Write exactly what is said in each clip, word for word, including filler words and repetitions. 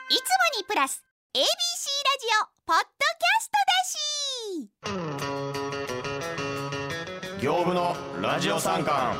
いつもにプラス エービーシー ラジオポッドキャストだし行部のラジオ三冠。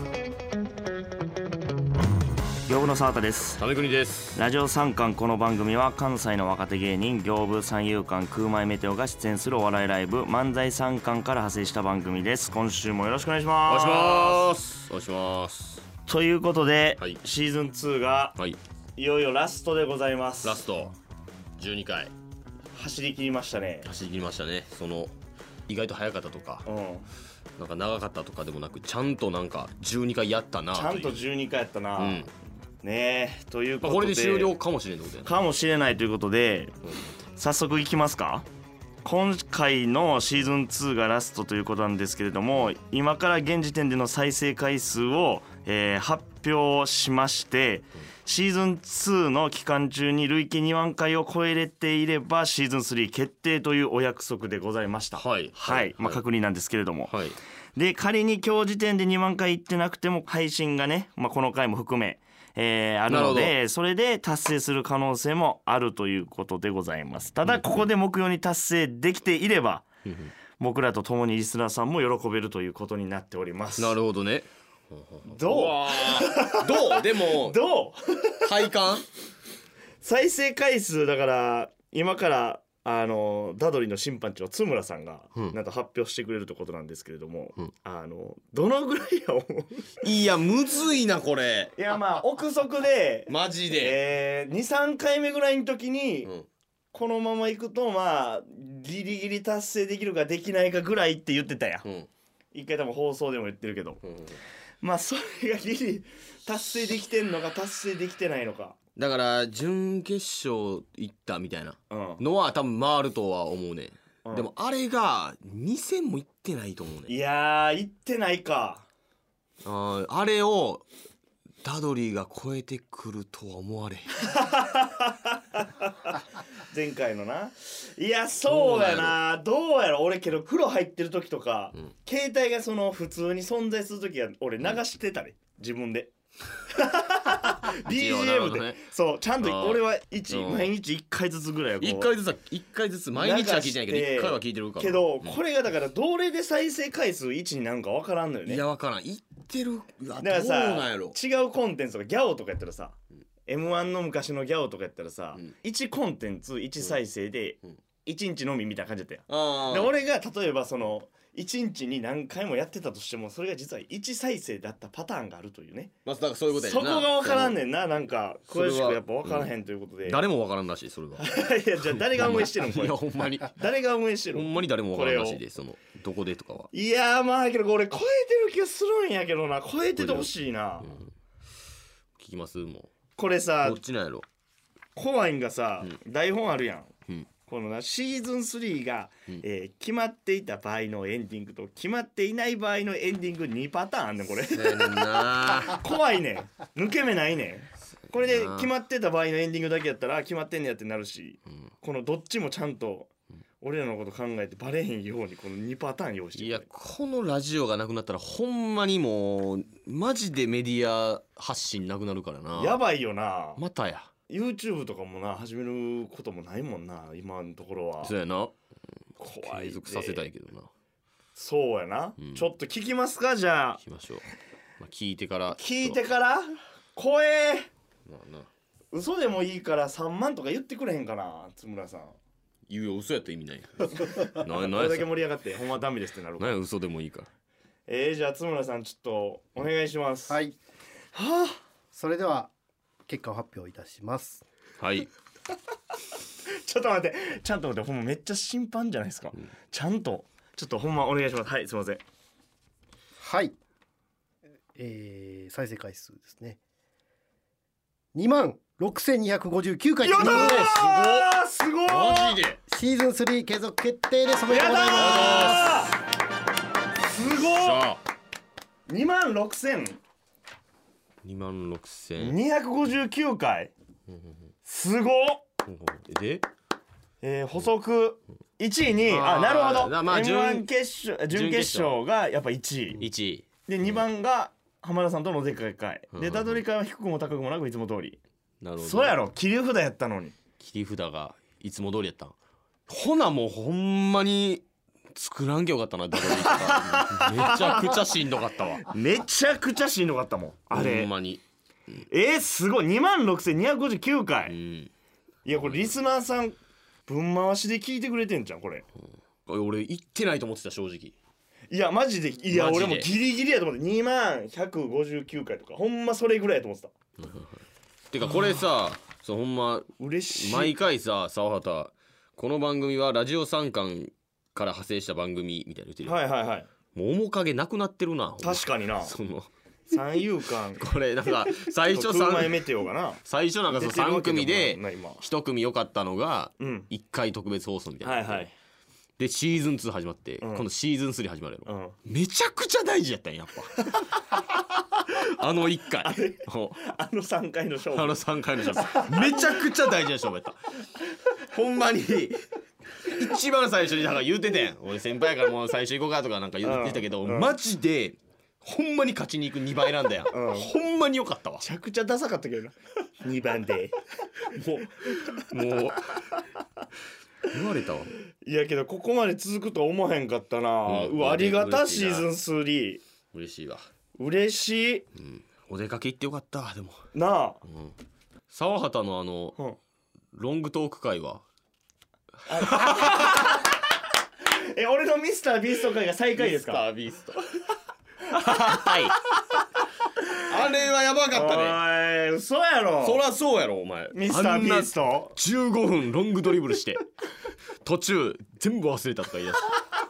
行部の沢田です。 為国です。 ラジオ三冠、この番組は関西の若手芸人行部三遊間空前メテオが出演するお笑いライブ漫才三冠から派生した番組です。今週もよろしくお願いします。 お願いしますお願いしますということで、 はい、 シーズンツーが、 はい、 いよいよラストでございます。 ラストじゅうにかい走り切りましたね。 走り切りましたね。その意外と早かったとか、 うん、 なんか長かったとかでもなく、ちゃんとなんかじゅうにかいやったなという。 ちゃんとじゅうにかいやったな、うん、ねえということで、 まあ、これで終了かもしれんってことやね。 かもしれないということで、うん、早速いきますか。今回のシーズンツーがラストということなんですけれども、今から現時点での再生回数を、えー、発表しまして、シーズンツーの期間中に累計にまんかいを超えれていればシーズンスリー決定というお約束でございました。 はい、 はい、まあ、確認なんですけれども、 はい、 で仮に今日時点でにまんかいいってなくても配信がね、まあ、この回も含めえー、あるので、それで達成する可能性もあるということでございます。ただここで目標に達成できていれば、うん、僕らと共にリスナーさんも喜べるということになっております。 なるほどね。 どうどうでもどう体感再生回数だから今からあのダドリの審判長津村さんがなんか発表してくれるということなんですけれども、うん、あのどのぐらいや思う？ いやむずいなこれ。 いやまあ憶測でマジで、 えー、にさんかいめぐらいの時に、うん、このままいくとまあギリギリ達成できるかできないかぐらいって言ってたや、うん、一回多分放送でも言ってるけど、うん、まあそれがギリ達成できてんのか達成できてないのか。 だから準決勝行ったみたいなのは多分回るとは思うね、うん、でもあれがに戦も行ってないと思うね。 いやー行ってないか。 あ, あれをダドリーが超えてくるとは思われへん前回のな。いやそうやな。どうやろ。俺けど風呂入ってる時とか、うん、携帯がその普通に存在する時は俺流してたね、うん、自分でビージーエム で、ね、そうちゃんと俺はいち毎日いっかいずつぐらいはこういっかいずつはいっかいずつ毎日は聞いてないけどいっかいは聞いてるからけど、うん、これがだからどれで再生回数いちになるか分からんのよね。 いや分からん。いってる。 だからさ違うコンテンツとかギャオとかやったらさ、うん、エムワン の昔のギャオとかやったらさ、うん、いちコンテンツいち再生でいちにちのみみたいな感じだったよ、うん、で俺が例えばそのいちにちに何回もやってたとしてもそれが実はいち再生だったパターンがあるというね。 まあ、だからそういうことやねんな。そこが分からんねんな。なんか詳しくやっぱ分からへんということで、 うん、誰も分からんらしいそれは。 いやじゃあ誰が運営してるのこれ。 いやほんまに誰が運営してるの。 ほんまに誰も分からんらしいで、そのどこでとかは。 いやまあけど俺超えてる気がするんやけどな。超えててほしいな、うん、 聞きますもうこれさ。 どっちなんやろ。 怖いんがさ、うん、台本あるやん、うん、このなシーズンスリーが、うんえー、決まっていた場合のエンディングと決まっていない場合のエンディングにパターンあんねんこれ。怖いねん。抜け目ないねん。これで決まってた場合のエンディングだけやったら決まってんねやってなるし、うん、このどっちもちゃんと俺らのこと考えてバレへんようにこのにパターン用意してくれ。 いやこのラジオがなくなったらほんまにもうマジでメディア発信なくなるからな。 やばいよな。 またや YouTube とかもな始めることもないもんな今のところは。 そうやな、うん、 怖い。 継続させたいけどな。 そうやな、うん、ちょっと聞きますか。じゃあ聞きましょう、まあ、聞いてから聞いてから怖え、 まあな、 嘘でもいいからさんまんとか言ってくれへんかな津村さん。 言うよ嘘やったら意味ないななこれだけ盛り上がってほんまダメですってなるから。 何や嘘でもいいから。 えー、じゃあ津村さんちょっとお願いします。 はい、 はあ、 それでは結果を発表いたします。 はいちょっと待ってちゃんと待ってほんまめっちゃ審判じゃないですか、うん、ちゃんとちょっとほんまお願いします。はいすいません。 はい、えー、再生回数ですねにまんろくせんにひゃくごじゅうきゅうかい。 やったーすごいマジでシーズンスリー継続決定です。おめでとうございます。 すごいにまんろくせんにまんろくせんにひゃくごじゅうきゅうかいすごっ。 で、 えー、補足いちいに、ああなるほど、まあ、エムワン 決勝準決勝がやっぱいちいいちいでにばんが浜田さんとのでっかい会、うん、でダドリ会は低くも高くもなくいつも通りなるほど。 そうやろ、切り札やったのに。 切り札がいつも通りやったん。ほなもうほんまに作らんけよかったな。ダドリーとかめちゃくちゃしんどかったわ。 めちゃくちゃしんどかったもんあれ。 ほんまに。 えー、すごいにまんろくせんにひゃくごじゅうきゅうかい、 うん、 いやこれリスナーさん分回しで聞いてくれてんじゃんこれ。 俺行ってないと思ってた正直。 いやマジで、いやマジで俺もギリギリやと思ってにまんひゃくごじゅうきゅうかいとかほんまそれぐらいやと思ってた。 てかこれさ、そうほんま嬉しい。 毎回さ、沢畑この番組はラジオ三冠から派生した番組みたいな言ってるよ、 はいはいはい。 もう面影なくなってるな。 確かにな。 その三遊間これなんか最初空前三メテオがな最初なんかそのさん組で出てるわけでもないな今いち組良かったのがうんいっかい特別放送みたいな、 はいはいでシーズンツー始まって、 うん今度シーズンスリー始まるやろ、 うんめちゃくちゃ大事やったんやっぱあのいっかいほあのさんかいの勝負あのさんかいの勝負めちゃくちゃ大事な勝負やったほんまに一番最初にだから言うててん俺先輩やからもう最初行こうかとかなんか言ってたけど、 うんマジでほんまに勝ちに行くにばいなんだよ、 うんほんまによかったわ。 めちゃくちゃダサかったけどなにばんでもうもう言われたわ。 いやけどここまで続くとは思わへんかったな、 ううんわありがた嬉しいなシーズンスリー嬉しいわ。 嬉しいうんお出かけ行ってよかったわ。でもなあ、 沢畑のあのうん、 ロングトーク会はえ俺のミスタービースト会が最下位ですか。 ミスタービーストはいあれはやばかったね。 おい嘘やろ。 そらそうやろお前。 ミスタービーストじゅうごふんロングドリブルして途中全部忘れたとか言い出して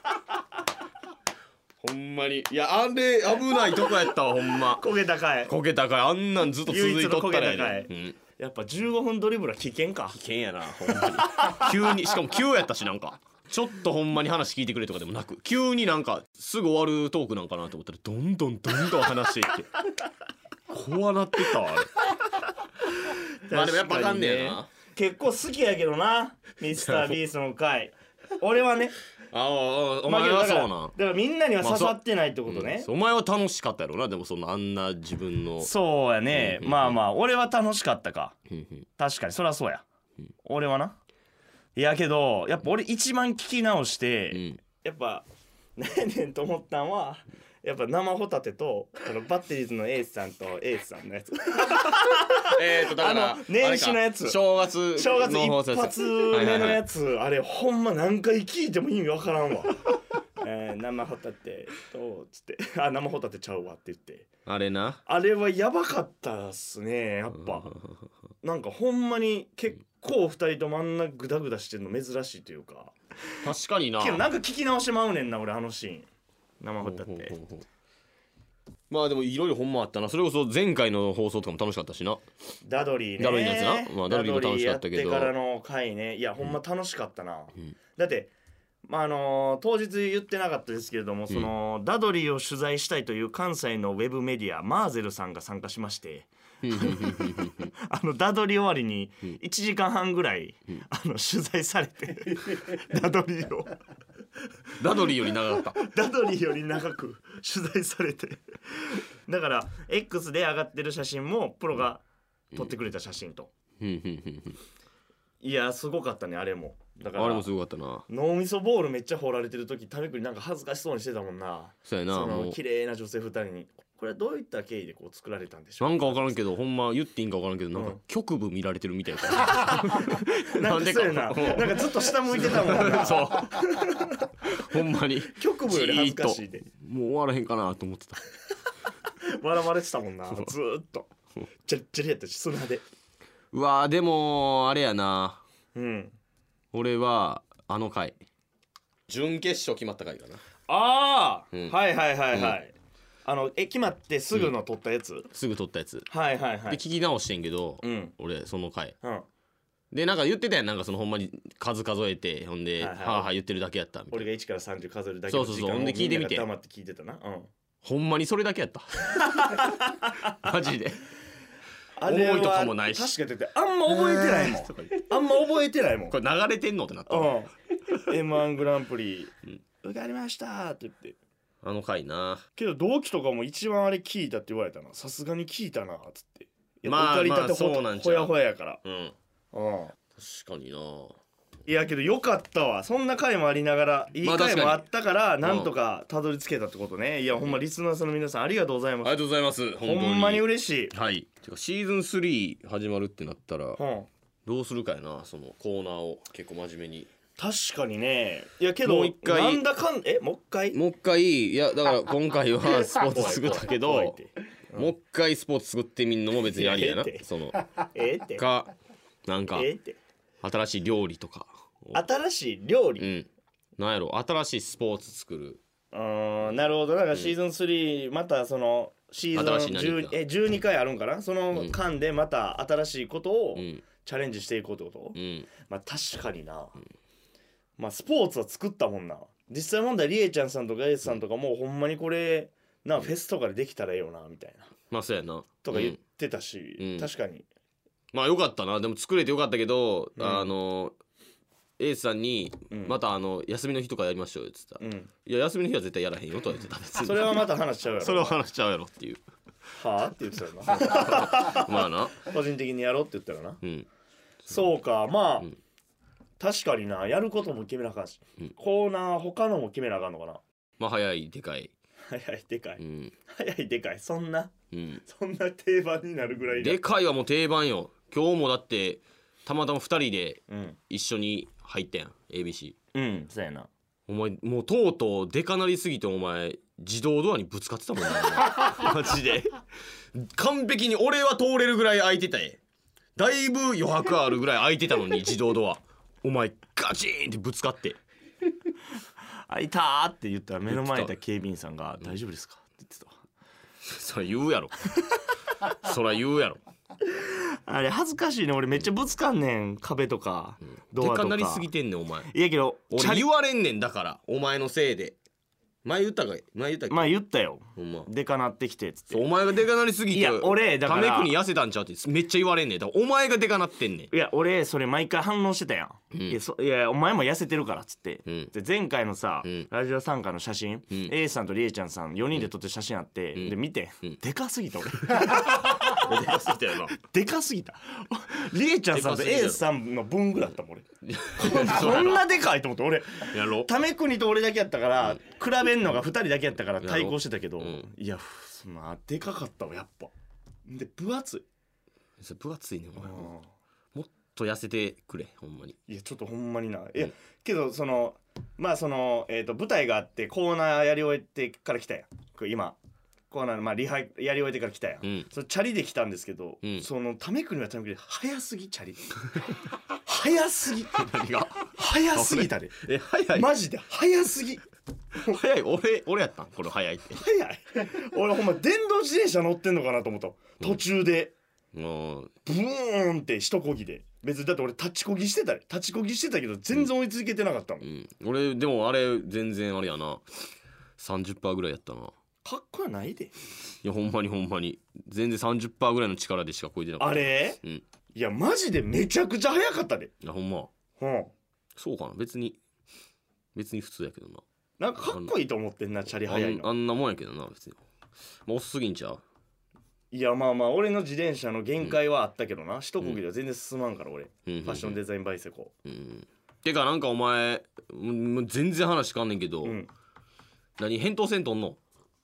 ほんまにいやあれ危ないとこやったわほんま。 焦げ高い。 こけたかいあんなんずっと続いとったらや唯一の焦げね、うん、 やっぱじゅうごふんドリブルは危険か。 危険やなほんまに急にしかも急やったしなんかちょっとほんまに話聞いてくれとかでもなく急になんかすぐ終わるトークなんかなと思ったらどんどんどんどん話していって怖なってたわあれまあでもやっぱあかんねやな。 結構好きやけどなミスタービーストの回俺はね。 ああおまあ前はだからそうなん、 だからみんなには刺さってないってことね、 うんお前は楽しかったやろな。でもそのあんな自分のそうやね、 うんうんうんまあまあ俺は楽しかったか。 うんうん確かにそりゃそうや、俺はないやけどやっぱ俺一番聞き直して、 うんやっぱ何やねんと思ったんはやっぱ生ホタテとあのバッテリーズのエースさんとエースさんのやつえーとだからあの年始のやつあれか正月正月の放送一発目のやつあれほんま何回聞いても意味わからんわえー、生ホタテとつってあ生ホタテちゃうわって言ってあれなあれはやばかったっすねやっぱなんかほんまに結構ふたりともあんなグダグダしてるの珍しいというか確かにな。 けどなんか聞き直してまうねんな俺あのシーン生ホタテほうほうほうほうまあでもいろいろほんまあったな。それこそ前回の放送とかも楽しかったしな。 ダドリーねダドリーのやつなまあダドリーも楽しかったけどダドリーやってからの回ねいやほんま楽しかったな、 んだってまああのー当日言ってなかったですけれどもその、ダドリーを取材したいという関西のウェブメディアマーゼルさんが参加しましてあのダドリー終わりにいちじかんはんぐらい、あの取材されてダドリーをダドリーより長かった。 ダドリーより長く取材されてだから X で上がってる写真もプロが撮ってくれた写真と、いやすごかったねあれもだからあれもすごかったな。 脳みそボールめっちゃ掘られてる時タメクリなんか恥ずかしそうにしてたもんな。 そうやなそもうの綺麗な女性ふたりにこれはどういった経緯でこう作られたんでしょうなんか分からんけどほんま言っていいんか分からんけどなんかうん局部見られてるみたいななんかそうやななんかずっと下向いてたもんなそうほんまに局部より恥ずかしいでもう終わらへんかなと思ってた。 笑われてたもんなずーっとチャリチャリやったし砂でうわーでもあれやなうん俺はあの回準決勝決まった回かな。 ああ、 うんはいはいはいはい、うん、あのえ決まってすぐの撮ったやつ、 すぐ撮ったやつはいはいはいで聞き直してんけど、 うん俺その回うんでなんか言ってたやんなんかそのほんまに数数えてほんで、 はいはいはあはあ言ってるだけやったみたいな。 俺がいちからさんじゅう数えるだけの時間をそうそうそうほんで聞いてみてみんなが黙って聞いてたな、うん、 ほんまにそれだけやったマジであれは重いとかもないし確かにだってあんま覚えてないもんあんま覚えてないもんこれ流れてんのってなったうん エムワン グランプリ受かりましたって言ってあの回な。 けど同期とかも一番あれ聞いたって言われたなさすがに聞いたなっつってやまあ受かりたてまあそうなんちゃうほほやほややからうんうん確かにないやけどよかったわそんな回もありながらいいまあ確かに回もあったからなんとかたどり着けたってことねいやほんまリスナーさんの皆さんありがとうございますありがとうございますほ本当にんまに嬉しいはいてかシーズンスリー始まるってなったらうんどうするかやなそのコーナーを結構真面目に確かにねいやけどもう一回なんだかんえもう一回もう一回いやだから今回はスポーツ作ったけど怖いってもう一回スポーツ作ってみんのも別にありやなええってそのええってかなんかええって新しい料理とか新しい料理うんなんやろ新しいスポーツ作るうーんなるほどなんかシーズンスリーまたそのシー新しいズン何かじゅうえじゅうにかいあるんかなその間でまた新しいことをうんチャレンジしていこうってこと、 うんまあ確かにな、まあスポーツは作ったもんな実際問題りえちゃんさんとかエースさんとかもうほんまにこれなフェスとかでできたらええよなみたいなまあそうやなとか言っうんてたし、 うん確かにまあよかったなでも作れてよかったけど、 うんあのエースさんに、 うんまたあの休みの日とかやりましょうよっつったら、 うんいや休みの日は絶対やらへんよとは言ってた別にそれはまた話しちゃうやろそれは話しちゃうやろっていうはあって言ってたよなまあな個人的にやろうって言ったよなうんそうかまあ、 ん確かになやることも決めなあかんし、 うんコーナー他のも決めなあかんのかなまあ早いでかい早いでかい、 うん早いでかいそんなうんそんな定番になるぐらいだでかいはもう定番よ今日もだってたまたまふたりでうん一緒に入ったやん エービーシーうんそうやなお前もうとうとうでかなりすぎてお前自動ドアにぶつかってたもんなお前マジで完璧に俺は通れるぐらい開いてたえだいぶ余白あるぐらい開いてたのに自動ドアお前ガチーンってぶつかって開いたーって言ったら目の前にいた警備員さんが「大丈夫ですか?」って言ってたわそりゃ言うやろそりゃ言うやろあれ恥ずかしいね俺めっちゃぶつかんねん壁とか、ドアとかでかなりすぎてんねんお前いやけどチャリ俺言われんねんだからお前のせいで前言ったかい前言ったっけ、 まあ言ったよほんまでかなってきてっつってそうお前がでかなりすぎていや俺だからためくに痩せたんちゃうってめっちゃ言われんねんだからお前がでかなってんねんいや俺それ毎回反応してたやん、 うんいやそいやお前も痩せてるからっつって、 うんで前回のさ、 うんラジオ参加の写真、 ん A さんとりえちゃんさんよにんで撮ってる写真あって、 んで見て、 うんでかすぎた俺でかすぎたよなでかすぎたりえちゃんさんとでかすぎたよ A さんの分ぐらいだったもん俺こんなでかいと思って俺やろためくにと俺だけやったから、比べんのがふたりだけやったから対抗してたけど、 うんいやそんなでかかったわやっぱで分厚い、 それ分厚いねお前うんもっと痩せてくれほんまにいやちょっとほんまにないや、 うんけどそのまあその、えー、と舞台があってコーナーやり終えてから来たやんこれ今コーナーのまあリハやり終えてから来たやん、 うんそのチャリで来たんですけど、 うんそのためくにはためくに早すぎチャリ早すぎ何が早すぎたでえ早いマジで早すぎ早い俺俺やったんこれ早いって早い俺ほんま電動自転車乗ってんのかなと思った途中で、 もうブーンって一こぎで別にだって俺立ちこぎしてた立ちこぎしてたけど全然追いつけてなかったもん、 うん俺でもあれ全然あれやな さんじゅっパーセント ぐらいやったなかっこやないでいやほんまにほんまに全然 さんじゅっパーセント ぐらいの力でしかこいでなかったあれうんいやマジでめちゃくちゃ早かったで、 いやほんまうん、 そうかな別に別に普通やけどななんかかっこいいと思ってんなチャリ速いのあんあんなもんやけどな別にもう遅すぎんちゃういやまあまあ俺の自転車の限界はあったけどな、一こぎでは全然進まんから俺、 うんファッションデザインバイセコうんてかなんかお前ももう全然話変わんねんけど、 うん何扁桃腺とんの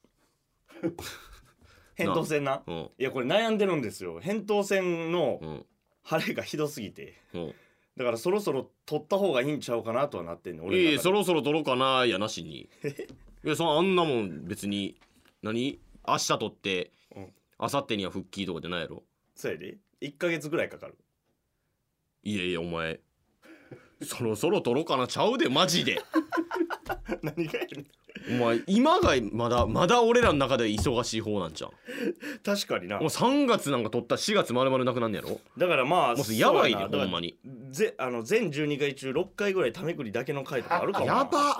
扁桃腺なうんいやこれ悩んでるんですよ扁桃腺のうん腫れがひどすぎてうんだからそろそろ取った方がいいんちゃうかなとはなってんねんいやいやそろろそろ取ろうかなやなしにいやそのあんなもん別に何明日取ってうん明後日には復帰とかじゃないやろそうやでいっかげつぐらいかかるいやいやお前そろそろ取ろうかなちゃうでマジで何がやねんお前今がまだまだ俺らの中で忙しい方なんじゃん確かになもうさんがつなんか取ったらしがつまるまるなくなんねやろだからまあもうやばいでそうやなほんまにぜあの全じゅうにかい中ろっかいぐらいためくりだけの回とかあるかもなやば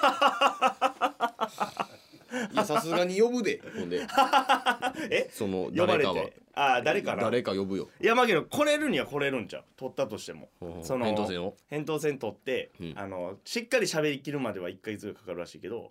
いやさすがに呼ぶでほんでえその呼ばれ誰かはてああ誰かな誰か呼ぶよいやまあけど来れるには来れるんちゃう取ったとしてもうんその扁桃腺を扁桃腺取って、 うんあのしっかり喋りきるまではいっかげつぐらいかかるらしいけど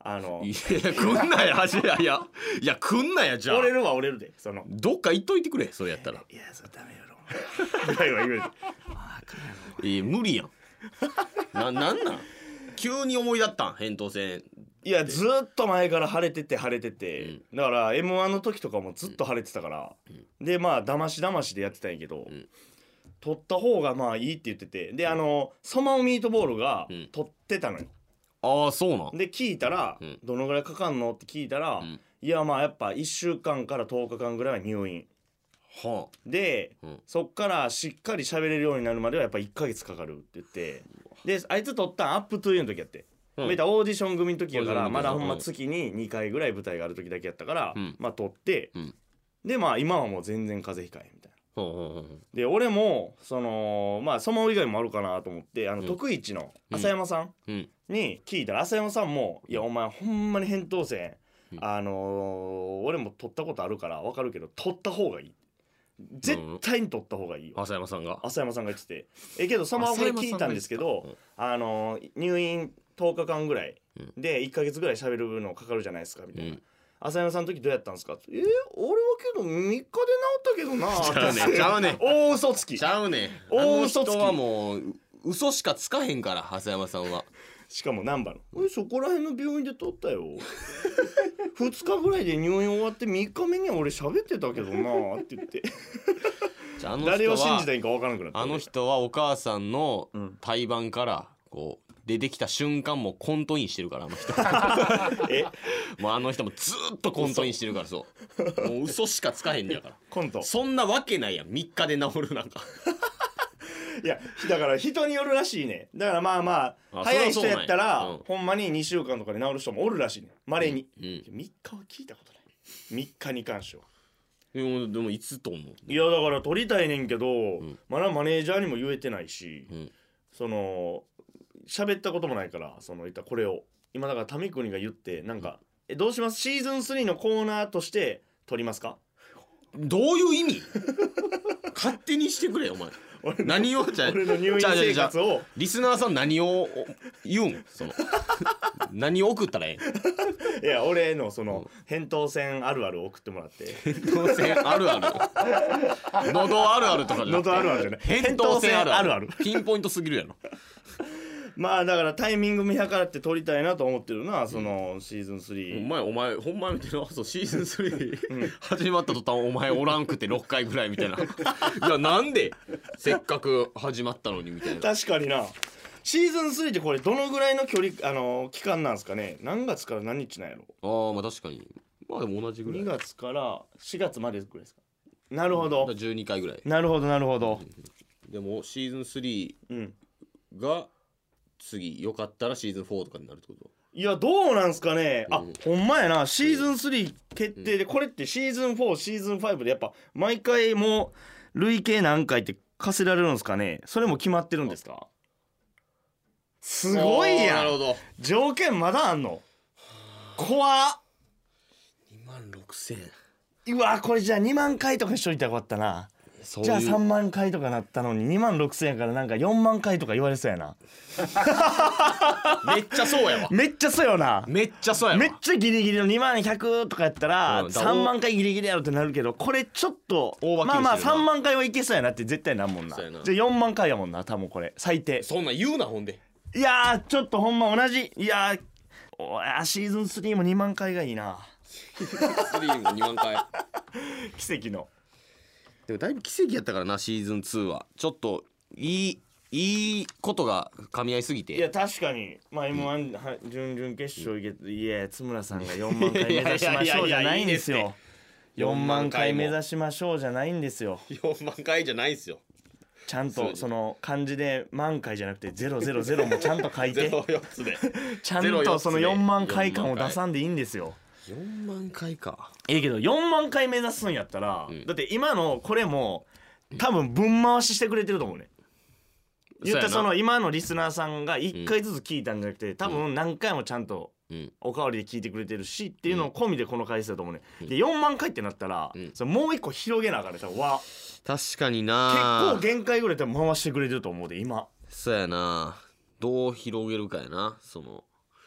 あのいや来んなや恥やいやいや来んなやじゃあ折れるは折れるでそのどっか行っといてくれそれやったらいやそれダメやろぐらいは言うでいや無理やんななんなん急に思い立ったん扁桃腺いやずっと前から腫れてて腫れてて、うん、だから エムワン の時とかもずっと腫れてたから、うん、でまあだましだましでやってたんやけど、うん、取った方がまあいいって言っててであのソマオミートボールが取ってたのよ、 うん、ああそうなんで聞いたら、うん、どのぐらいかかんのって聞いたら、うん、いやまあやっぱいっしゅうかんからとおかかんぐらいは入院、はあ、で、うん、そっからしっかり喋れるようになるまではやっぱいっかげつかかるって言ってであいつ取ったんアップトゥーユーの時やってうん、オーディション組の時やからまだほんま月ににかいぐらい舞台がある時だけやったから、うん、まあ撮って、うん、でまあ今はもう全然風邪ひかへんみたいな、うんうんうん、で俺もそのまあその以外もあるかなと思ってあの、うん、徳一の浅山さんに聞いたら浅山さんも「いやお前ほんまに扁桃腺、うん、あのー、俺も取ったことあるから分かるけど取った方がいい」絶対に取った方がいいよ、 浅山さんが浅山さんが言っててえけどそのまま聞いたんですけど、うん、あのー、入院とおかかんぐらいでいっかげつぐらい喋るのかかるじゃないですかみたいな、うん、浅山さんの時どうやったんですかえー、俺はけどみっかで治ったけどなちゃうねちゃうね大嘘つきちゃうね大嘘つきあの人はもう嘘しかつかへんから浅山さんはしかも難波の俺そこら辺の病院で取ったよふつかぐらいで入院終わってみっかめには俺喋ってたけどなって言ってあの人は誰を信じたらいいか分からなくなったあの人はお母さんの胎盤からこう出てきた瞬間もコントインしてるからあの人えもうあの人もずっとコントインしてるからそうもう嘘しかつかへんねやからコントそんなわけないやんみっかで治るなんかいやだから人によるらしいねだからまあまあ早い人やったら、うん、ほんまににしゅうかんとかで治る人もおるらしいね稀に、うんうん、みっかは聞いたことないみっかに関してはでも、でもいつと思ういやだから取りたいねんけど、うん、まだマネージャーにも言えてないし、うん、その喋ったこともないからその言ったこれを今だからタミクニが言ってなんか、うん、えどうしますシーズンスリーのコーナーとして撮りますかどういう意味勝手にしてくれよお前何をじゃ俺の入院生活をリスナーさん何を言うんその何を送ったらええんいや俺のその扁桃腺あるある送ってもらって扁桃腺あるある喉あるあるとかじゃなくて喉あるあるじゃない扁桃腺あるあるあるピンポイントすぎるやろまあだからタイミング見計らって撮りたいなと思ってるなそのシーズンスリーお前お前ほんま見てなそうシーズンスリー、うん、始まった途端お前おらんくてろっかいぐらいみたいないやなんでせっかく始まったのにみたいな確かになシーズンスリーってこれどのぐらいの距離あの期間なんですかね何月から何日なんやろああまあ確かにまあでも同じぐらいにがつからしがつまでぐらいですかなるほど、 うん、じゅうにかいぐらいなるほどなるほどでもシーズンスリーが次よかったらシーズンフォーとかになるってこといやどうなんすかね、うん、あほんまやなシーズンスリー決定で、うん、これってシーズンフォーシーズンファイブでやっぱ毎回もう累計何回って課せられるんですかねそれも決まってるんですかすごいやんなるほど条件まだあんの怖っにまんろくせんうわこれじゃあにまんかいとかしといたらよかったなじゃあさんまんかいとかなったのににまんろくせんやからなんかよんまんかいとか言われそうやなめっちゃそうやわめっちゃそうよなめっちゃそうやわめっちゃギリギリのにまんひゃくとかやったら、うん、さんまんかいギリギリやろってなるけどこれちょっとまあまあさんまんかいはいけそうやなって絶対なんもんなじゃあよんまんかいやもんな多分これ最低そんなん言うなほんでいやーちょっとほんま同じいやーおやシーズンスリーもにまんかいがいいなシーズンスリーもにまんかい奇跡のでもだいぶ奇跡やったからなシーズンツーはちょっといいいいことが噛み合いすぎていや確かにまあ エムワン、うん、準々決勝いけていや津村さんがよんまんかい目指しましょうじゃないんですよよんまんかい目指しましょうじゃないんですよよんまんかいじゃないんですよちゃんとその漢字で万回じゃなくてゼロゼロゼロもちゃんと書いてゼロよっつでちゃんとそのよんまんかい感を出さんでいいんですよよんまんかいかええけどよんまんかい目指すんやったら、うん、だって今のこれも多分分回ししてくれてると思うね、うん、言ったその今のリスナーさんがいっかいずつ聞いたんじゃなくて多分何回もちゃんとおかわりで聞いてくれてるしっていうのを込みでこの回数だと思うね、うん、でよんまんかいってなったら、うん、それもう一個広げなあかんね多分わ確かにな結構限界ぐらい多分回してくれてると思うで今そうやなどう広げるかやなその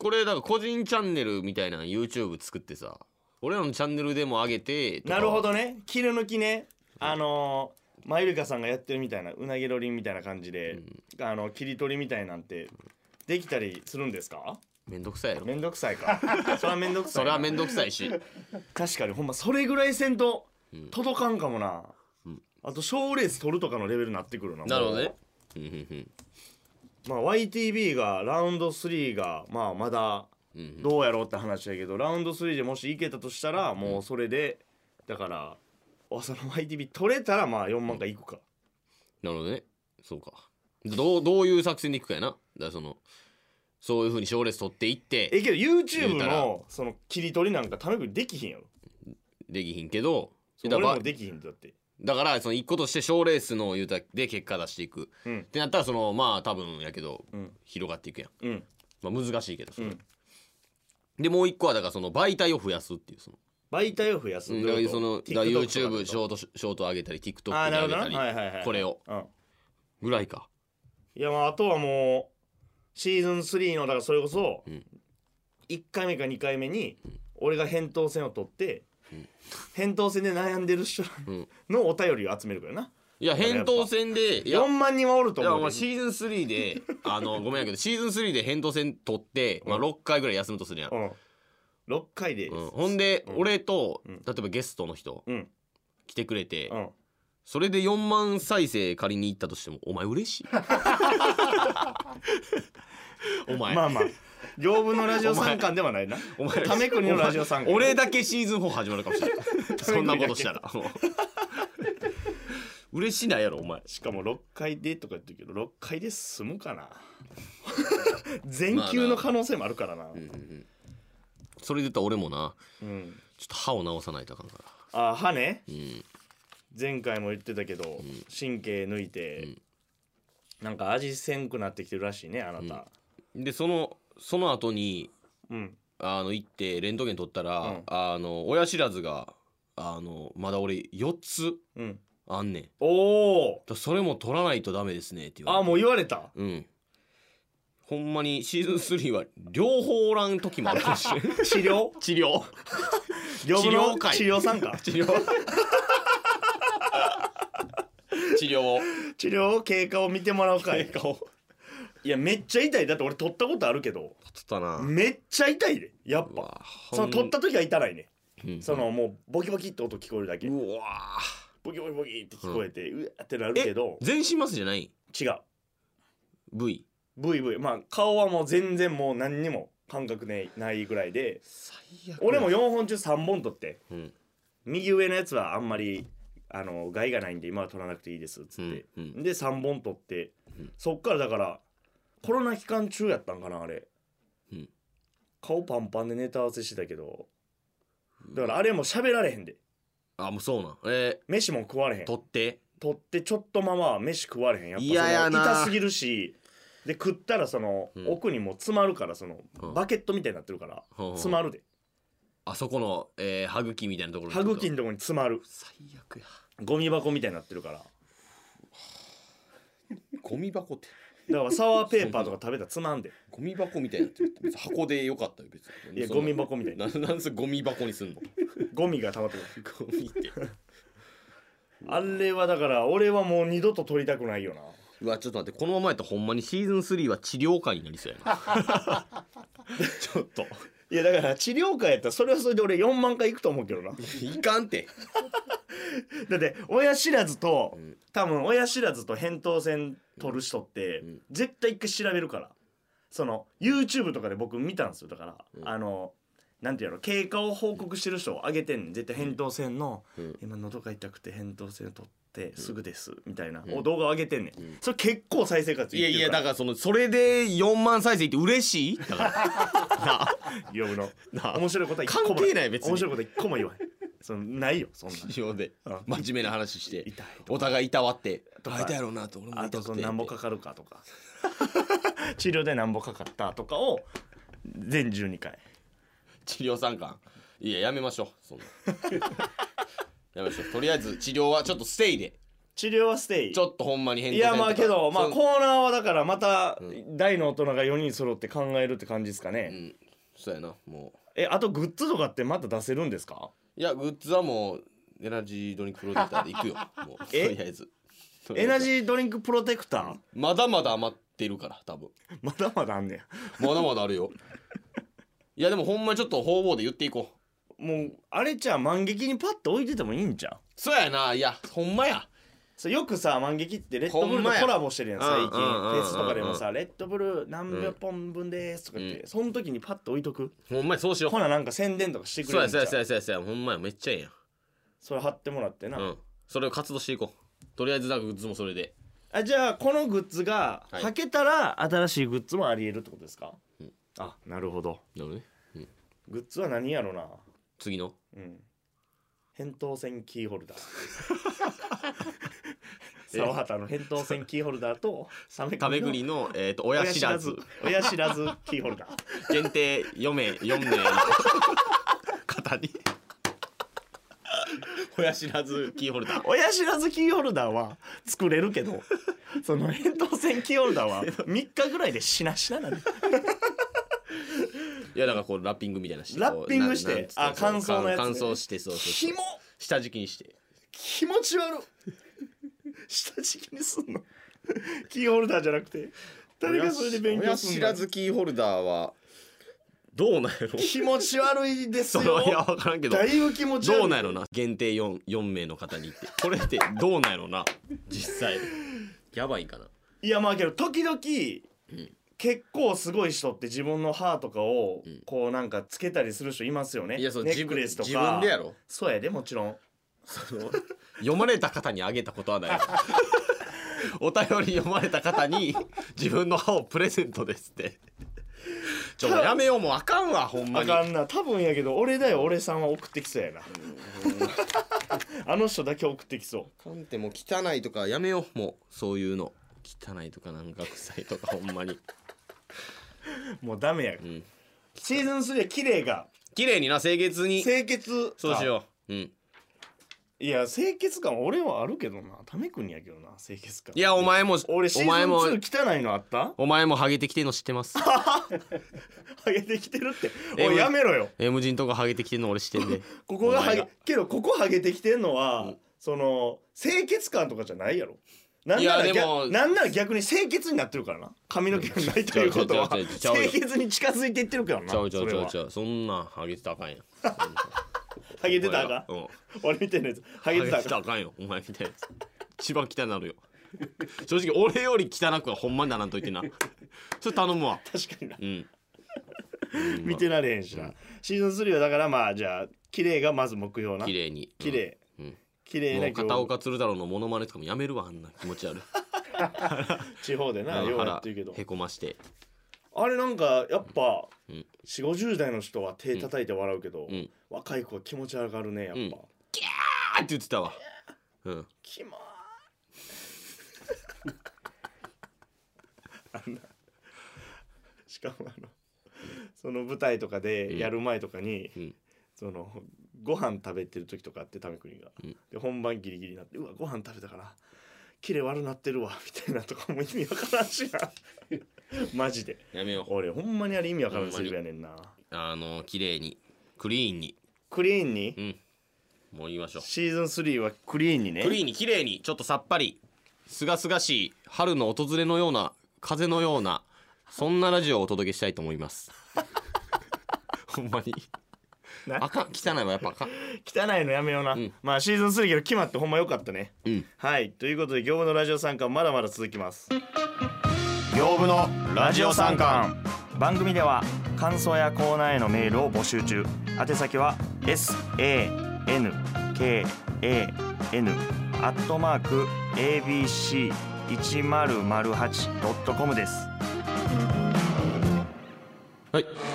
これだから個人チャンネルみたいな YouTube 作ってさ俺らのチャンネルでも上げてとかなるほどね切り抜きねあのー、マユリカさんがやってるみたいなうなぎロリンみたいな感じで、うん、あの切り取りみたいなんてできたりするんですか？ めんどくさいやろめんどくさいかそれはめんどくさいそれはめんどくさいし確かにほんまそれぐらいせんと届かんかもな、うん、あと賞レース取るとかのレベルになってくるななるほどねまあ ワイティービー がラウンドスリーがまあまだどうやろうって話だけど、ラウンドスリーでもしいけたとしたらもうそれでだからその ワイティービー 取れたらまあよんまんかいくか。 なるほどねそうかどうどういう作戦でいくかやなだからそのそういう風に賞レース取っていってえけど YouTube のその切り取りなんか田辺できひんやろできひんけど俺もできひんだってだからその一個として賞レースの言うたで結果出していく、うん、ってなったらそのまあ多分やけど、うん、広がっていくやん、うんまあ、難しいけどそれ、うん、でもう一個はだからその媒体を増やすっていうその媒体を増やす、うん、 だからそのだから YouTube ショートショート上げたり TikTok で上げたり、はいはいはい、これを、うん、ぐらいかいやまああとはもうシーズンスリーのだからそれこそ、うん、いっかいめかにかいめに俺が扁桃腺を取って、うん、扁桃腺で悩んでる人のお便りを集めるからな。 いや扁桃腺でよんまんにんはおると思う。 いやまあシーズンスリーであのごめんやけどシーズンスリーで扁桃腺取って、まあ、ろっかいぐらい休むとするやん、うん、 ろっかいで、 うん、ほんで、うん、俺と例えばゲストの人、うん、来てくれて、うん、それでよんまん再生仮に行ったとしてもお前嬉しいお前まあまあ業務のラジオ三冠ではないなお前ため国のラジオ三冠俺だけシーズンフォー始まるかもしれないそんなことしたら嬉しないやろお前しかもろっかいでとか言ってるけどろっかいで済むかな全休の可能性もあるからな、まあうんうん、 それで言ったら俺もな、うん、ちょっと歯を治さないとあかんからあ歯ね、うん、前回も言ってたけど、うん、神経抜いて、うん、なんか味せんくなってきてるらしいねあなた、 うん、でそのその後に、うん、あの行ってレントゲン取ったら、うん、あの親知らずがあのまだ俺よっつ、うん、あんねんおおそれも取らないとダメですねって言われてあもう言われたうんほんまにシーズンスリーは両方おらん時もあるかもしれん治療治療治療会治療さんか治療治療を治療経過を見てもらうかい経過をいやめっちゃ痛いだって俺取ったことあるけど取ったなめっちゃ痛いでやっぱその取った時は痛ないね、うん、そのもうボキボキって音聞こえるだけうわボキボキボキって聞こえて、うん、うわってなるけど全身麻酔じゃない違う V ブイブイ まあ顔はもう全然もう何にも感覚ねないぐらいで俺もよんほん中さんぼん取って、うん、右上のやつはあんまりあの害がないんで今は取らなくていいですっつって、うんうん、でさんぼん取って、うん、そっからだからコロナ期間中やったんかなあれ、うん、顔パンパンでネタ合わせしてたけどだからあれも喋られへんであもうそうなんえー、 飯も食われへん取って取ってちょっとまま飯食われへんやっぱいややな痛すぎるしで食ったらその、うん、奥にも詰まるからその、うん、バケットみたいになってるから、うん、詰まるであそこの、えー、歯茎みたいなところ歯茎のところに詰まる最悪やゴミ箱みたいになってるからゴミ箱ってだからサワーペーパーとか食べたらつまんでゴミ箱みたいになってる別に箱でよかったよ別にいやゴミ箱みたいななんでゴミ箱にすんのゴミが溜まってるゴミってあれはだから俺はもう二度と取りたくないよなうわちょっと待ってこのままやとほんまにシーズンスリーは治療会になりそうやなちょっといやだから治療会やったらそれはそれで俺よんまんかい行くと思うけどないかんってだって親知らずと、うん、多分親知らずと扁桃腺取る人って、うん、絶対一回調べるからその YouTube とかで僕見たんですよだから、うん、あのなんていうの経過を報告してる人を上げてんねん絶対扁桃腺の、うん、今喉が痛くて扁桃腺を取ってすぐですみたいな、うん、動画を上げてんねん、うん、それ結構再生活いってるからいやいやだからそのそれでよんまん再生って嬉しいだから呼ぶの面白いことは一個も関係ない別に面白いこと一個も言わへんそのないよそんな治療で真面目な話してお互いいたわって痛いやろうなと俺も痛くてあとその何ぼかかるかとか治療で何ぼかかったとかを全じゅうにかい治療参観いややめましょうそんなやめましょうとりあえず治療はちょっとステイで治治療はステイちょっとほんまに返答いやまあけどまあそコーナーはだからまたうん大の大人がよにん揃って考えるって感じですかね、 うんそうやなもうえあとグッズとかってまた出せるんですか？ いやグッズはもうエナジードリンクプロテクターでいくよもうとえりあえずエナジードリンクプロテクターまだまだ余ってるから多分まだまだあんねやまだまだあるよいやでもほんまちょっと方々で言っていこうもうあれじゃあ万劇にパッと置いててもいいんじゃん。 そうやないやほんまやそうよくさ万劇ってレッドブルほんまやとコラボしてるやん最近うんうんうんうんフェスとかでもさレッドブル何百本分ですとか言って、 うんその時にパッと置いとく。 ほんまやそうしようほななんか宣伝とかしてくそうやそうれるんじゃん。 やそうやそうやそうやほんまやめっちゃええやんそれ貼ってもらってな、 うんそれを活動していこうとりあえずなんかグッズもそれであじゃあこのグッズがはい履けたら新しいグッズもありえるってことですか、 うんあなるほど。 なるほどねグッズは何やろな。 次のうん扁桃腺キーホルダーえ沢畑の扁桃腺キーホルダーとサメ食べ栗のえっと親知らず親知らずキーホルダー限定よめいよんめいの方に親知らずキーホルダー親知らずキーホルダーは作れるけどその扁桃腺キーホルダーはみっかぐらいでしなしななんだ。 いやだからこうラッピングみたいなしてラッピングしてこうななんつってあ乾燥のやつね乾燥してそうそうそうキモ下敷きにして気持ち悪い下敷きにすんのキーホルダーじゃなくて誰がそれで勉強すんの。 親知らずキーホルダーはどうなんやろ気持ち悪いですそよ。 のいや分からんけどだいぶ気持ち悪い。 どうなんやろな限定 4, 4名の方にってこれってどうなんやろな実際やばいんかないやまあけど時々、 ん結構すごい人って自分の歯とかをんこうなんかつけたりする人いますよね。 いやそうネックレスとか自分自分でやろそうやでもちろん。 その読まれた方にあげたことはないお便り読まれた方に自分の歯をプレゼントですってちょもうやめようもうあかんわほんまにあかんな多分やけど俺だよ俺さんは送ってきそうやなあの人だけ送ってきそあかんってもう汚いとかやめようもうそういうの汚いとかなんか臭いとかほんまにうもうダメや、 んシーズンスリーは綺麗が綺麗にな清潔に清潔そうしよううんいや清潔感俺はあるけどなタメ君にやけどな清潔感いやお前も俺シーズンお前もツー汚いのあったお前もハゲてきてんの知ってますハゲてきてるってえおいやめろよ M 字んとこハゲてきてんの俺知ってんでここがハゲお前がけどここハゲてきてんのは、 うんその清潔感とかじゃないやろなんならいやでも逆なんなら逆に清潔になってるからな髪の毛がないということはちゃうちゃうちゃうちゃうよ清潔に近づいていってるからなちゃうちゃうちゃうちゃゃうそんなんハゲてたらあかんやんハゲてたかうん俺みたいなやつハハゲてたゲてたからあかんよお前みたいなやつ一番汚なるよ正直俺より汚くはほんまにならんといてなそれ頼むわ確かになうん見てられへんしな、シーズンスリーはだからまあじゃあ綺麗がまず目標な綺麗に綺麗うん綺麗なもう片岡鶴太郎のモノマネとかもやめるわあんな気持ち悪い地方でなようやってるけどへこましてあれなんかやっぱうんよんじゅうごじゅう代の人は手叩いて笑うけど、 うん若い子は気持ち悪がるねやっぱ、 うんあーって言ってたわうんキモーあんなしかもあのその舞台とかでやる前とかに、 うんそのご飯食べてる時とかあってタメ国が、 うんで本番ギリギリになってうわご飯食べたからキレ悪なってるわみたいなとかも意味わからんしなマジでやめよう俺ほんまにあれ意味わからんセリフやねんな。 あの綺麗にクリーンにクリーンに、 うんもう言いましょうシーズンスリーはクリーンにねクリーンに綺麗にちょっとさっぱりすがすがしい春の訪れのような風のようなそんなラジオをお届けしたいと思いますほんまになあかん汚いわやっぱあかん汚いのやめような、 んまあシーズンスリーけど決まってほんまよかったね。 うんはいということで業務のラジオ参観まだまだ続きます。 業務のラジオ三冠。 番組では感想やコーナーへのメールを募集中。宛先は エスエーエヌケーエーエヌ アットマーク エービーシーいちまるまるはちドットコムです。 はい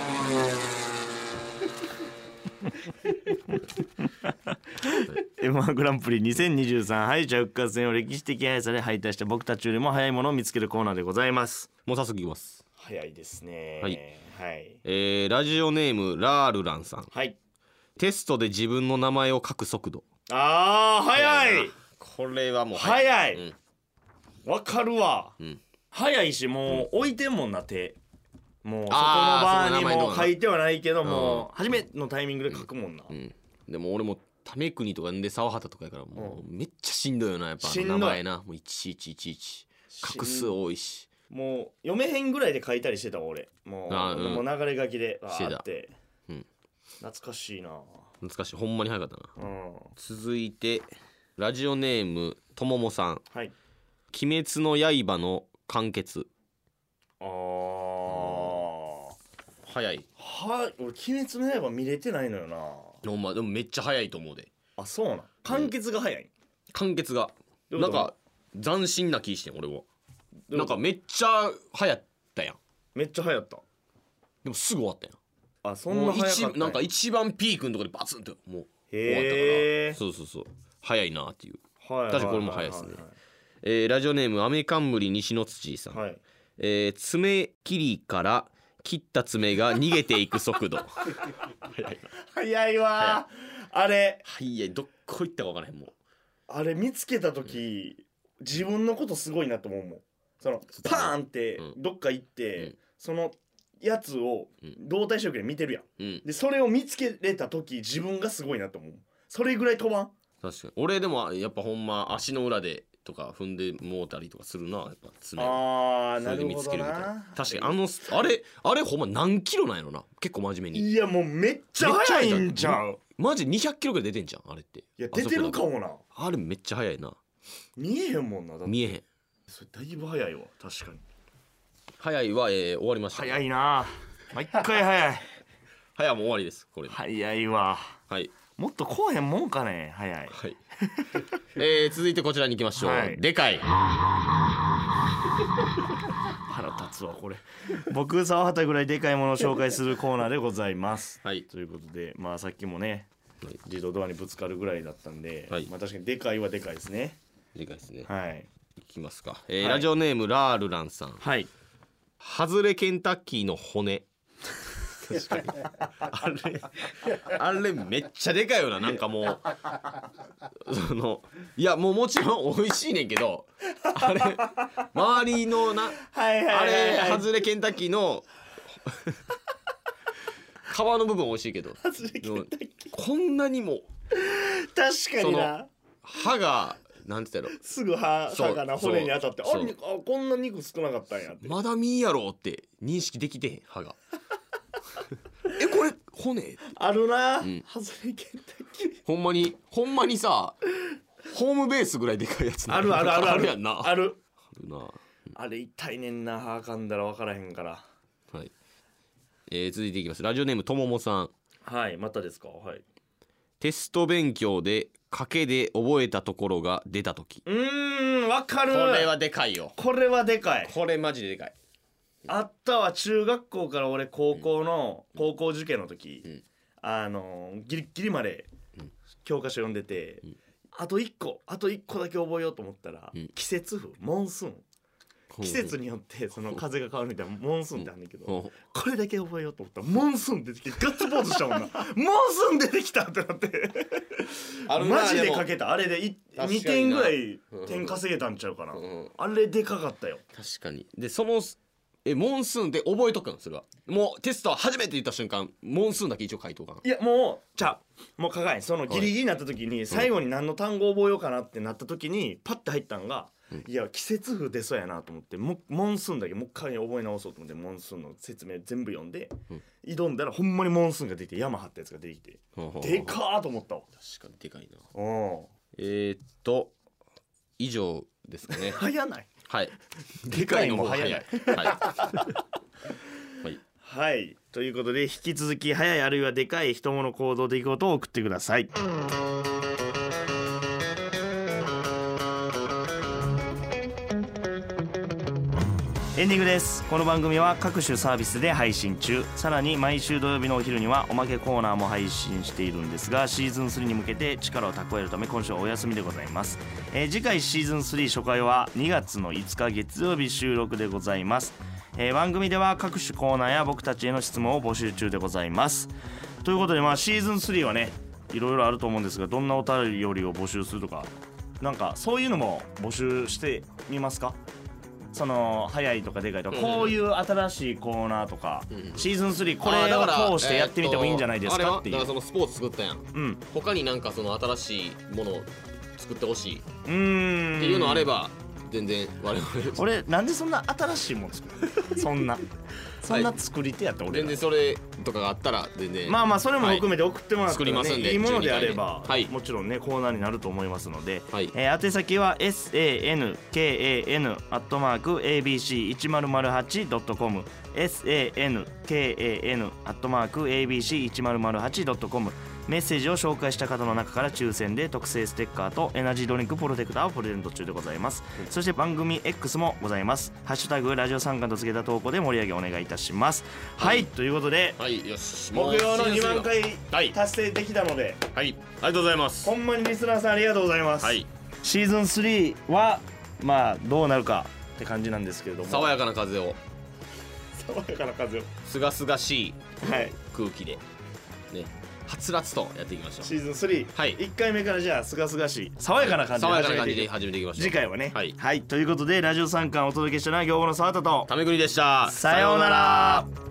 エムワン グランプリにせんにじゅうさん敗者復活戦を歴史的速さで敗退した僕たちよりも早いものを見つけるコーナーでございます。 もう早速いきます早いですね。 はいはい、 えー、ラジオネームラールランさんはい、 テストで自分の名前を書く速度あー早い。 ここれはもう早いうんわかるわ、 うん早いしもう置いてんもんな手もうそこのあーバーにその名前のとこなも書いてはないけどうんも初めのタイミングで書くもんな、 うんでも俺もため国とかんで沢畑とかやからもうめっちゃしんどいよなやっぱあしんどいの名前なもういちいちいちいち画数多いしもう読めへんぐらいで書いたりしてたわ俺もうあーうんもう流れ書きでわしてたーって、 うん懐かしいな懐かしいほんまに早かったなうん続いてラジオネームとももさんはい鬼滅の刃の完結あー早いは俺鬼滅の刃見れてないのよなほんまでもめっちゃ早いと思うであそうなん完結が早い、 完結がどういうことなんか斬新な気してん俺はどういうことなんかめっちゃ流行ったやんめっちゃ早ったでもすぐ終わったやんあそんな早かったんやもう一なんか一番ピークのとこでバツンってもう終わったからへーそうそうそう早いなっていうはい確かにこれも早いですねはえーラジオネームアメカンムリ西野土さん、 いはいはい、 えー爪切りから切った爪が逃げていく速度早いな早いわあれはいやどっこ行ったか分からへんもうあれ見つけた時自分のことすごいなと思うもんそのパーンってうんどっか行って、 うんそのやつをうん動体視力で見てるやんうんでそれを見つけれた時自分がすごいなと思うそれぐらい飛ばん確かに俺でもやっぱほんま足の裏でとか踏んでもうたりとかするなやっぱ爪をあーそれで見なるほどつけるみたいなな確かにあのあれあれほんま何キロなんやろな結構真面目にいやもうめっちゃ速いんちゃうマジにひゃっキロぐらい出てんじゃんあれっていや出てるかあそこもなだけあれめっちゃ速いな見えへんもんなだって見えへんそれだいぶ早いわ確かに速いは、えー終わりました早いな毎回早い早もう終わりですこれで早いわはいもっとこうへんもんかね早いはいえー、続いてこちらに行きましょう、 はいでかい腹立つわこれ僕沢畑ぐらいでかいものを紹介するコーナーでございますはいということでまあさっきもねはい自動ドアにぶつかるぐらいだったんで、 はいまあ確かにでかいはでかいですねでかいですね、 はいいきますか、えーはいラジオネームラールランさんはいハズレケンタッキーの骨確かにあれあれめっちゃでかいよななんかもうそのいやもうもちろん美味しいねんけどあれ周りのなはいはいあはいれはいハズレケンタッキーの皮の部分美味しいけど外れケンタッキこんなにも確かにな歯がなんて言ったやろすぐ歯そう歯がなそう骨に当たってあそうれあこんな肉少なかったんやってまだ身やろって認識できてへん歯がえこれ骨あるな、 ん外れケンタッキーほんまにほんまにさホームベースぐらいでかいやつあるあるあるあるやんなあるあるなあれ痛いねんな歯噛んだら分からへんからはい、えー、続いていきますラジオネームとももさんはいまたですかはいテスト勉強で賭けで覚えたところが出た時うーん分かるこれはでかいよこれはでかいこれマジででかいあったわ中学校から俺高校の、高校受験の時、 んあのーギリッギリまで教科書読んでて、あといっこあといっこだけ覚えようと思ったら、 ん季節風モンスーン季節によってその風が変わるみたいなモンスーンってあるんだけど、 ほこれだけ覚えようと思ったらモンスーン出てきてガッツポーズしたもんなモンスーン出てきたってなってあるなマジででもかけたあれでい確かになにてんぐらい点稼げたんちゃうかな、 んあれでかかったよ確かにでそのえモンスーンで覚えとくんそれはもうテスト初めて言った瞬間モンスーンだけ一応書いとかんいやもうじゃあもうかかんそのギリギリになった時に最後に何の単語覚えようかなってなった時にパッて入ったんが、いや季節風出そうやなと思ってもモンスーンだけもう一回覚え直そうと思ってモンスーンの説明全部読んで、挑んだらほんまにモンスーンが出てきて山張ったやつが出てきてほうほうほうでかーと思ったわ確かにでかいなうんえー、っと以上ですかね早ないはいでかいのも早いはい、はい、 はいということで引き続き早いあるいはでかい人物行動出来事を送ってくださいエンディングです。この番組は各種サービスで配信中。さらに毎週土曜日のお昼にはおまけコーナーも配信しているんですが、シーズンスリーに向けて力を蓄えるため今週はお休みでございます。えー次回シーズンスリー初回はにがつのいつか月曜日収録でございます。えー番組では各種コーナーや僕たちへの質問を募集中でございます。ということでまあシーズンスリーはねいろいろあると思うんですが、どんなお便りを募集するとかなんかそういうのも募集してみますか。その早いとかでかいとか、 うんこういう新しいコーナーとか、 うんシーズンスリーこれを通してやってみてもいいんじゃないですかっていう、 えーっとあれはだからそのスポーツ作ったやん。 うん他になんかその新しいものを作ってほしいっうーんていうのあれば全然我々 俺なんでそんな新しいもん作るそんなそんな作り手やった俺ら全然それとかがあったら全然まあまあそれも含めて送ってもらったら、ねはい作りますんでいいものであれば、 じゅうにかいねはいもちろんねコーナーになると思いますので、 はいえー宛先は サンカン アットマーク エービーシーいちまるまるはちドットコム サンカン アットマーク エービーシーいちまるまるはちドットコム メッセージを紹介した方の中から抽選で特製ステッカーとエナジードリンクプロテクターをプレゼント中でございます、うん、そして番組 X もございます。ハッシュタグラジオ三冠とつけた投稿で盛り上げお願いいたします。はい、はい、ということで、 はい、よし目標のにまんかいはい達成できたので、 はい、ありがとうございます。 ほんまにリスナーさんありがとうございます、はい、シーズンスリーはまあどうなるかって感じなんですけれども、 爽やかな風を爽やかな風をすがすがしいはい空気でねはつらつとやっていきましょう。 シーズンスリー、 はい、 いっかいめからじゃあすがすがしい爽やかな感じで爽やかな感じで始めていきましょう。 次回はね、 はい、 はい、ということでラジオ三冠お届けしたのは行後の沢田とためぐりでした。 さようなら。